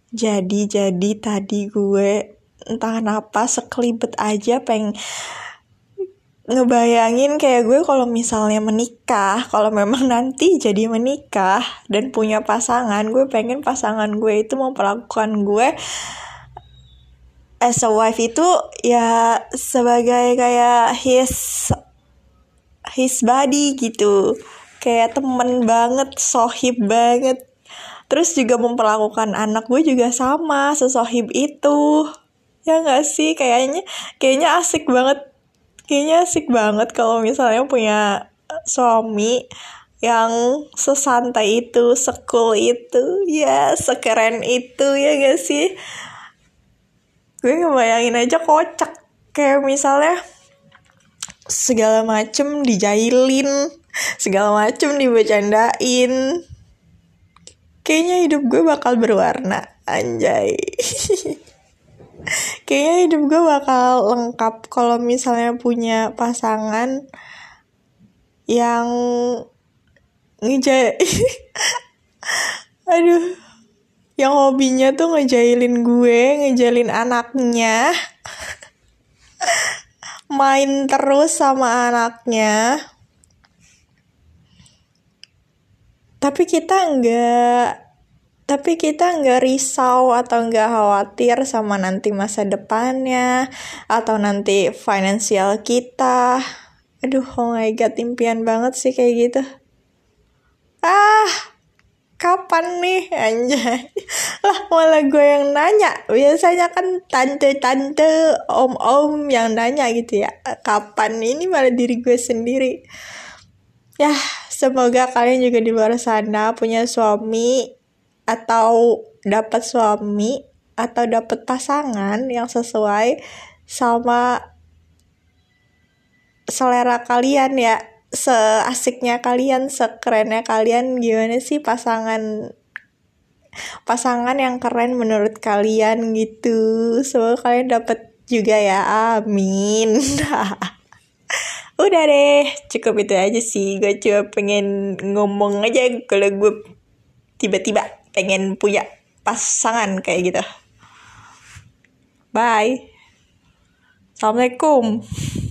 Jadi tadi gue entah kenapa sekelibet aja pengen ngebayangin kayak gue kalau misalnya menikah, kalau memang nanti jadi menikah dan punya pasangan, gue pengen pasangan gue itu memperlakukan gue as a wife itu ya sebagai kayak his buddy gitu, kayak temen banget, sohib banget. Terus juga memperlakukan anak gue juga sama, sesohib itu. Ya gak sih? Kayaknya asik banget. Kayaknya asik banget kalau misalnya punya suami yang sesantai itu, secool itu, ya sekeren itu, ya gak sih? Gue ngebayangin aja kocak. Kayak misalnya segala macem dijailin, segala macem dibecandain. Kayaknya hidup gue bakal berwarna, anjay. Kayaknya hidup gue bakal lengkap kalau misalnya punya pasangan yang yang hobinya tuh ngejailin gue, ngejailin anaknya, main terus sama anaknya. Tapi kita nggak risau atau nggak khawatir sama nanti masa depannya atau nanti finansial kita. Aduh, oh my god, impian banget sih kayak gitu. Kapan nih, anjay? Lah, malah gue yang nanya. Biasanya kan tante-tante, om-om yang nanya gitu ya. Kapan? Ini malah diri gue sendiri. Ya, semoga kalian juga di luar sana punya suami atau dapat suami atau dapat pasangan yang sesuai sama selera kalian ya, seasiknya kalian, sekerennya kalian. Gimana sih pasangan yang keren menurut kalian gitu. Semoga kalian dapat juga ya, amin. Udah deh, cukup itu aja sih. Gue cuma pengen ngomong aja kalau gue tiba-tiba pengen punya pasangan kayak gitu. Bye. Assalamualaikum.